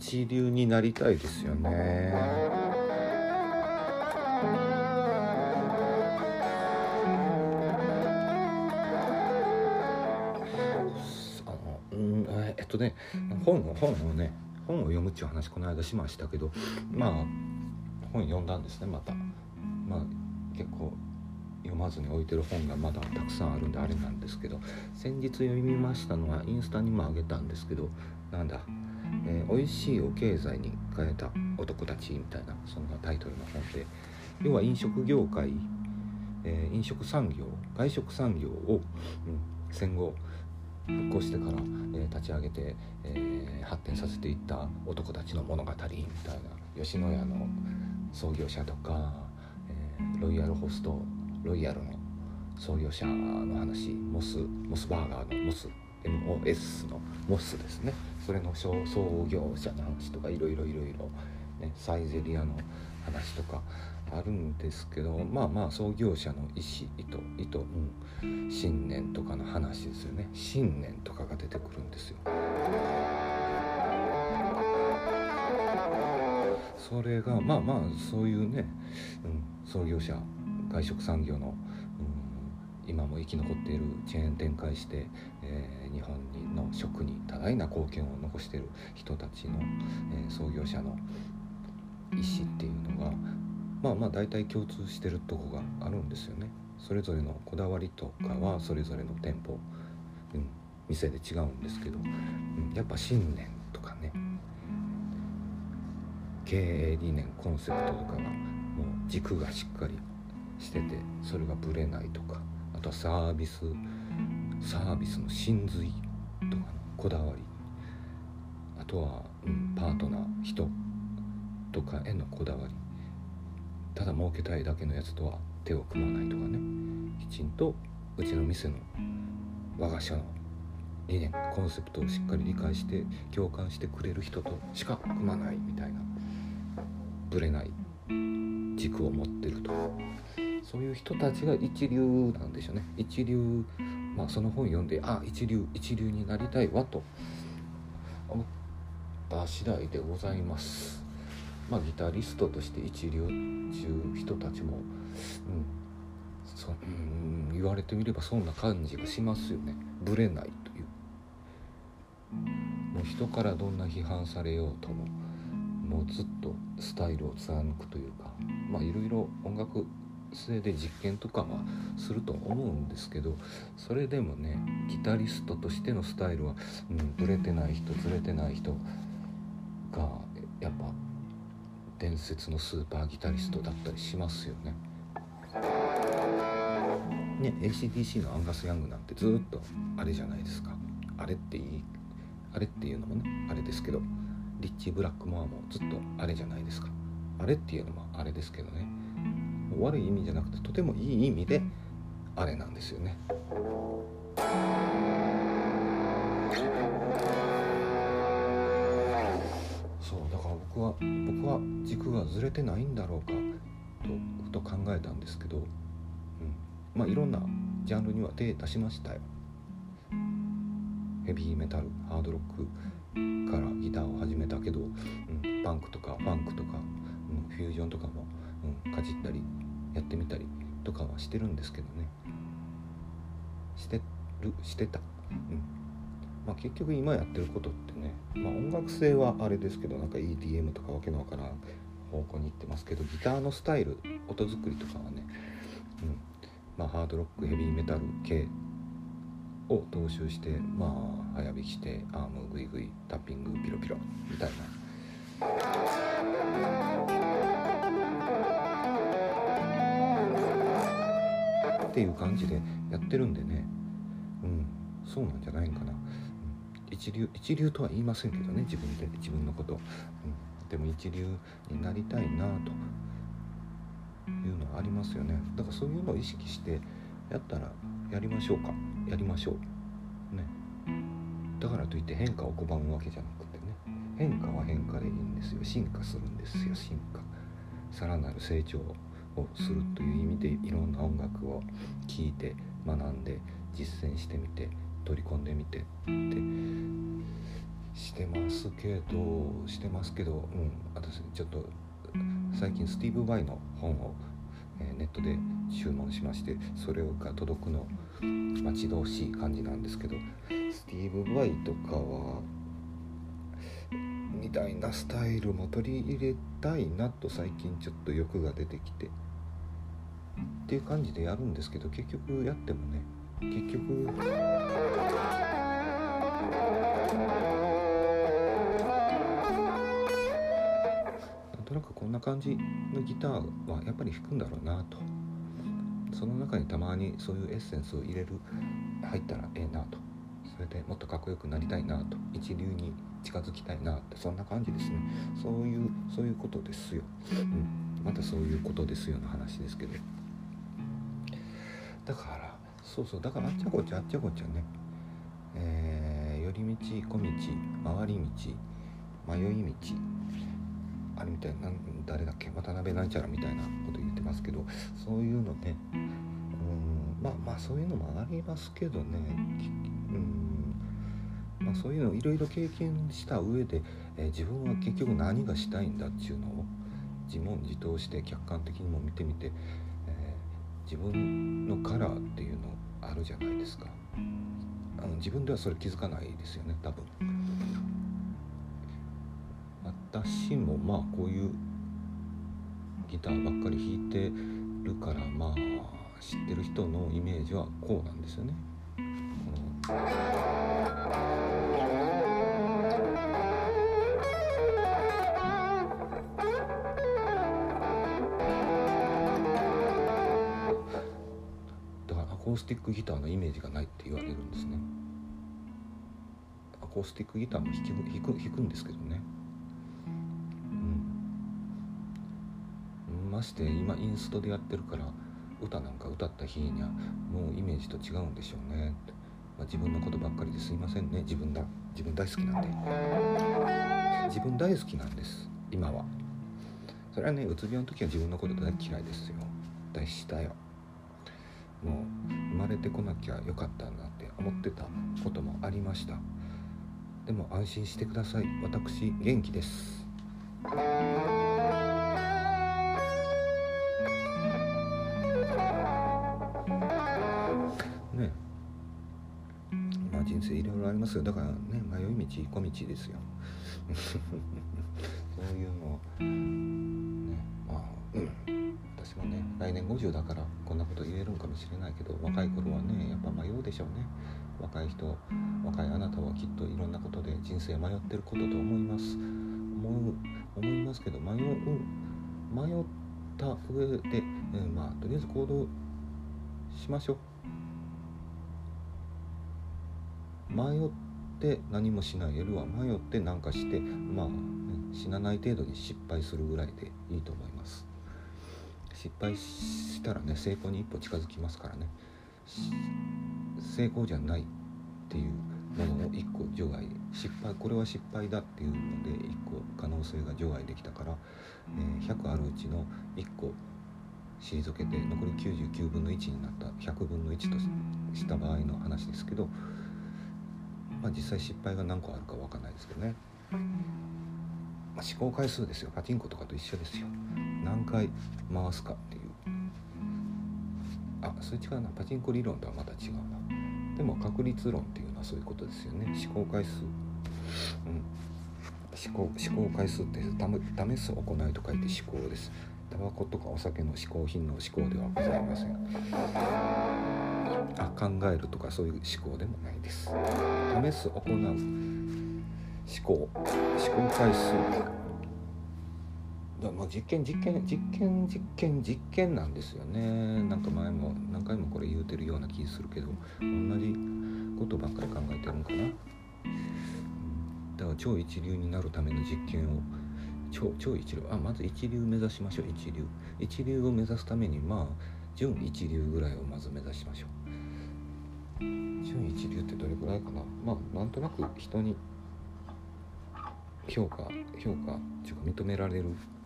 一流になりたいですよね。本を読むっていう話この間しましたけど、本読んだんですね。また結構読まずに置いてる本がまだたくさんあるんであれなんですけど、先日読みましたのはインスタにもあげたんですけど、美味しいを経済に変えた男たちみたいな、そんなタイトルの本で、要は飲食業界、飲食産業、外食産業を、戦後復興してから、立ち上げて、発展させていった男たちの物語みたいな、吉野家の創業者とか、ロイヤルホストロイヤルの創業者の話、モスバーガーのモス MOS のモスですね、それの創業者の話とか、いろいろ、ね、サイゼリアの話とかあるんですけど、創業者の意図、信念とかの話ですよね。信念とかが出てくるんですよ。それがそういうね、創業者、外食産業の、今も生き残っている、チェーン展開して、日本の食に多大な貢献を残している人たちの、創業者の意思っていうのが大体共通してるとこがあるんですよね。それぞれのこだわりとかはそれぞれの店舗、店で違うんですけど、やっぱ信念とかね、経営理念、コンセプトとかがもう軸がしっかりしてて、それがぶれないとか、あとはサービスの真髄とかのこだわり、あとは、パートナー、人とかへのこだわり、ただ儲けたいだけのやつとは手を組まないとかね、きちんとうちの店の我が社の理念、コンセプトをしっかり理解して共感してくれる人としか組まないみたいな、ぶれない軸を持ってると、そういう人たちが一流なんでしょうね。一流、その本読んで一流になりたいわと思った次第でございます。ギタリストとして一流っていう人たちも、言われてみればそんな感じがしますよね。ぶれないという、もう人からどんな批判されようとも、もうずっとスタイルを貫くというか、いろいろ音楽性で実験とかはすると思うんですけど、それでもね、ギタリストとしてのスタイルは、ブレてない人、ずれてない人がやっぱ伝説のスーパーギタリストだったりしますよね。AC/DC のアンガス・ヤングなんてずっとあれじゃないですか。あれっていうのもねあれですけど、リッチー・ブラックモアもずっとあれじゃないですか。あれっていうのもあれですけどね、悪い意味じゃなくてとてもいい意味であれなんですよね。そうだから僕は軸がずれてないんだろうかと考えたんですけど、いろんなジャンルには手出しましたよ。ヘビーメタル、ハードロックからギターを始めたけど、パンクとかファンクとか、フュージョンとかも、かじったりやってみたりとかはしてるんですけどね、してた、結局今やってることってね、音楽性はあれですけど、なんか EDM とかわけのわからん方向に行ってますけど、ギターのスタイル、音作りとかはね、ハードロック、ヘビーメタル系を踏襲して、早弾きしてアームグイグイ、タッピングピロピロみたいな、っていう感じでやってるんでね、そうなんじゃないんかな。一流とは言いませんけどね、自分のこと、でも一流になりたいなというのはありますよね。だからそういうのを意識してやったらやりましょうね。だからといって変化を拒むわけじゃなくてね、変化は変化でいいんですよ。進化するんですよ。さらなる成長をするという意味で、いろんな音楽を聴いて学んで実践してみて取り込んでみてってしてますけど、私ちょっと最近スティーブ・バイの本を、ネットで注文しまして、それが届くの待ち遠しい感じなんですけど、スティーブ・バイとかはみたいなスタイルも取り入れたいなと最近ちょっと欲が出てきてっていう感じでやるんですけど、結局やってもね、結局なんとなくこんな感じのギターはやっぱり弾くんだろうなと、その中にたまにそういうエッセンスを入ったらええなと、それでもっとかっこよくなりたいなと、一流に近づきたいなって、そんな感じですね。そういうことですよ、またそういうことですよの話ですけど、だからだからあっちゃこっちゃね、寄り道小道回り道迷い道あれみたいな、誰だっけ、渡辺なんちゃらみたいなこと言ってますけど、そういうのね、まあそういうのもありますけどね、そういうのをいろいろ経験した上で、自分は結局何がしたいんだっていうのを自問自答して客観的にも見てみて、自分のカラーっていうのあるじゃないですか。自分ではそれ気づかないですよね、多分。私もこういうギターばっかり弾いてるから、知ってる人のイメージはこうなんですよね。だからアコースティックギターのイメージがないって言われるんですね。アコースティックギターも弾くんですけどね、まして今インストでやってるから、歌なんか歌った日にはもうイメージと違うんでしょうね。自分のことばっかりですいませんね。自分大好きなんで、自分大好きなんです。今はそれはね、うつ病の時は自分のこと大嫌いですよ。大したよ。もう生まれてこなきゃよかったなって思ってたこともありました。でも安心してください、私元気です。ね、人生いろいろありますよ。だからね、迷い道小道ですよそういうのね、私もね、来年50だからこんなこと言えるんかもしれないけど、若い頃はね、やっぱ迷うでしょうね。若いあなたはきっといろんなことで人生迷ってることと思いますけど、迷った上で、とりあえず行動しましょう。迷って何もしないよりは迷って何かして、死なない程度に失敗するぐらいでいいと思います。失敗したらね、成功に一歩近づきますからね。成功じゃないっていうものを一個除外、これは失敗だっていうので一個可能性が除外できたから、100あるうちの1個退けて残り99分の1になった100分の1とした場合の話ですけど、実際失敗が何個あるか分かんないですけどね、試行回数ですよ。パチンコとかと一緒ですよ。何回回すかっていう。それ違うな、パチンコ理論とはまた違うな。でも確率論っていうのはそういうことですよね。試行回数、試行回数って試す行いと書いて試行です。タバコとかお酒の嗜好品の嗜好ではございません。考えるとかそういう思考でもないです。試す、行う、思考回数だ、実験なんですよね。なんか前も何回もこれ言うてるような気するけど、同じことばっかり考えてるんかな。だから超一流になるための実験を超一流、まず一流目指しましょう。一流を目指すために準一流ぐらいをまず目指しましょう。準一流ってどれぐらいかな。なんとなく人に評価っていうか認められる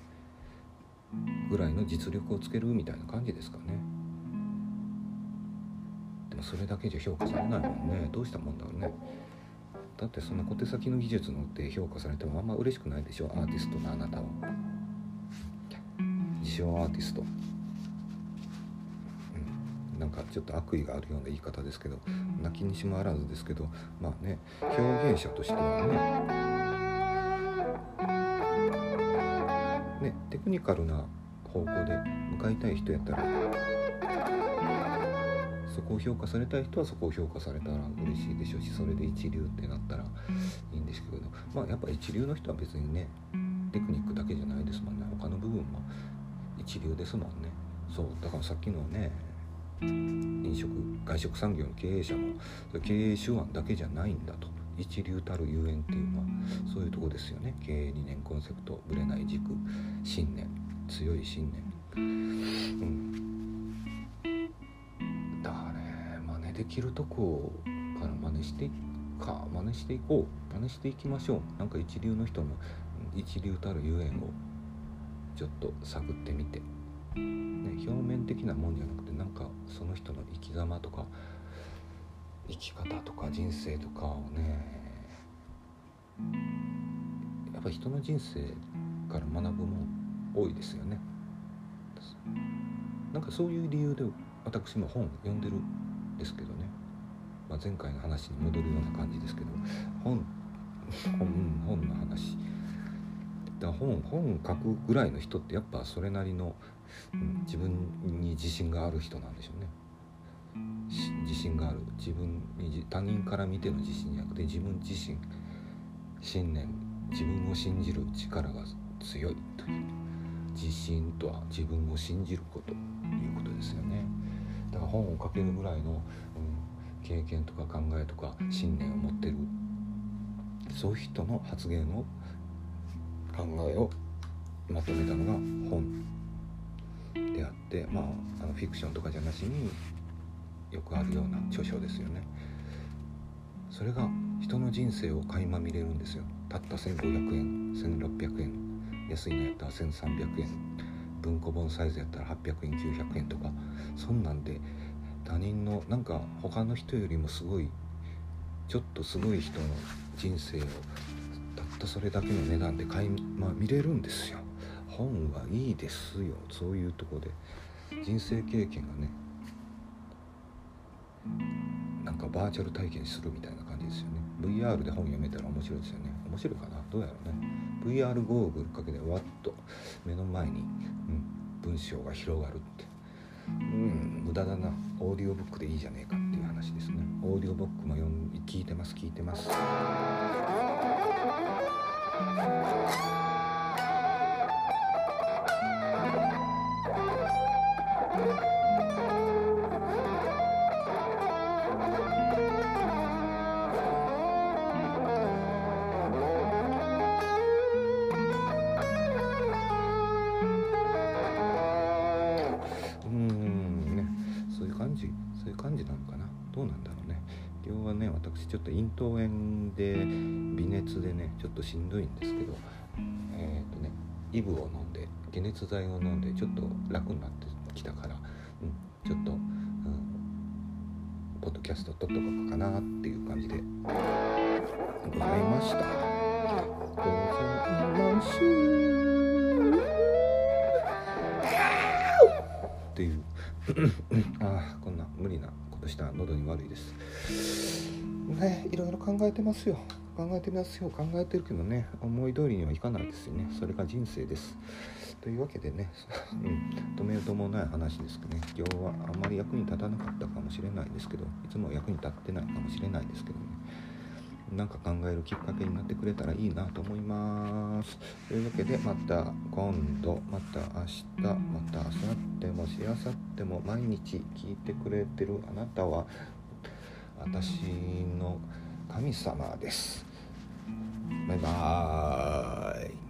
ぐらいの実力をつけるみたいな感じですかね。でもそれだけじゃ評価されないもんね。どうしたもんだろうね。 だってそんな小手先の技術のって評価されてもあんま嬉しくないでしょ。アーティストのあなたは自称アーティスト、なんかちょっと悪意があるような言い方ですけど、泣きにしもあらずですけど、まあね、表現者としてはね、テクニカルな方向で向かいたい人やったら、そこを評価されたい人はそこを評価されたら嬉しいでしょうし、それで一流ってなったらいいんですけど、まあやっぱ一流の人は別にね、テクニックだけじゃないですもんね。他の部分も一流ですもんね。そうだからさっきのね、外食産業の経営者も経営手腕だけじゃないんだと、一流たるゆえんっていうのはそういうとこですよね。経営理念、コンセプト、ぶれない軸、信念、強い信念、だからね、真似できるとこから真似していきましょう。なんか一流の人の一流たるゆえんをちょっと探ってみて、表面的なもんじゃなくて、なんかその人の生き様とか生き方とか人生とかをね、やっぱり人の人生から学ぶも多いですよね。なんかそういう理由で私も本読んでるんですけどね、前回の話に戻るような感じですけど、本の話だ。本書くぐらいの人ってやっぱそれなりの、自分に自信がある人なんでしょうね。自信がある、自分に、他人から見ての自信じゃなくて自分自身、信念、自分を信じる力が強いという。自信とは自分を信じるこということですよね。だから本を書けるぐらいの、経験とか考えとか信念を持ってる、そういう人の発言を、考えをまとめたのが本であって、フィクションとかじゃなしによくあるような著書ですよね。それが人の人生を垣間見れるんですよ。たった1500円、1600円、安いのやったら1300円、文庫本サイズやったら800円、900円とか、そんなんで他人の、なんか他の人よりもすごい、ちょっとすごい人の人生をたったそれだけの値段で見れるんですよ。本はいいですよ。そういうとこで人生経験がね、なんかバーチャル体験するみたいな感じですよね。 VR で本読めたら面白いですよね。面白いかな、どうやろうね。 VR ゴーグルかけてわっと目の前に、文章が広がるって、無駄だな。オーディオブックでいいじゃねえかっていう話ですね。オーディオブックも聞いてます。そういう感じなのかな。どうなんだろうね。今日はね、私ちょっと咽頭炎で微熱でね、ちょっとしんどいんですけど、イブを飲んで、解熱剤を飲んでちょっと楽になってきたから、ちょっと、ポッドキャスト撮っとこうかなっていう感じでございました。っていうこんな無理なことしたら喉に悪いですね。いろいろ考えてますよ。考えてるけどね、思い通りにはいかないですよね。それが人生です。というわけでね、止めようともない話ですけどね、今日はあんまり役に立たなかったかもしれないですけど、いつも役に立ってないかもしれないですけどね、なんか考えるきっかけになってくれたらいいなと思います。というわけで、また今度、また明日、また明後日もしあさっても毎日聞いてくれてるあなたは私の神様です。バイバーイ。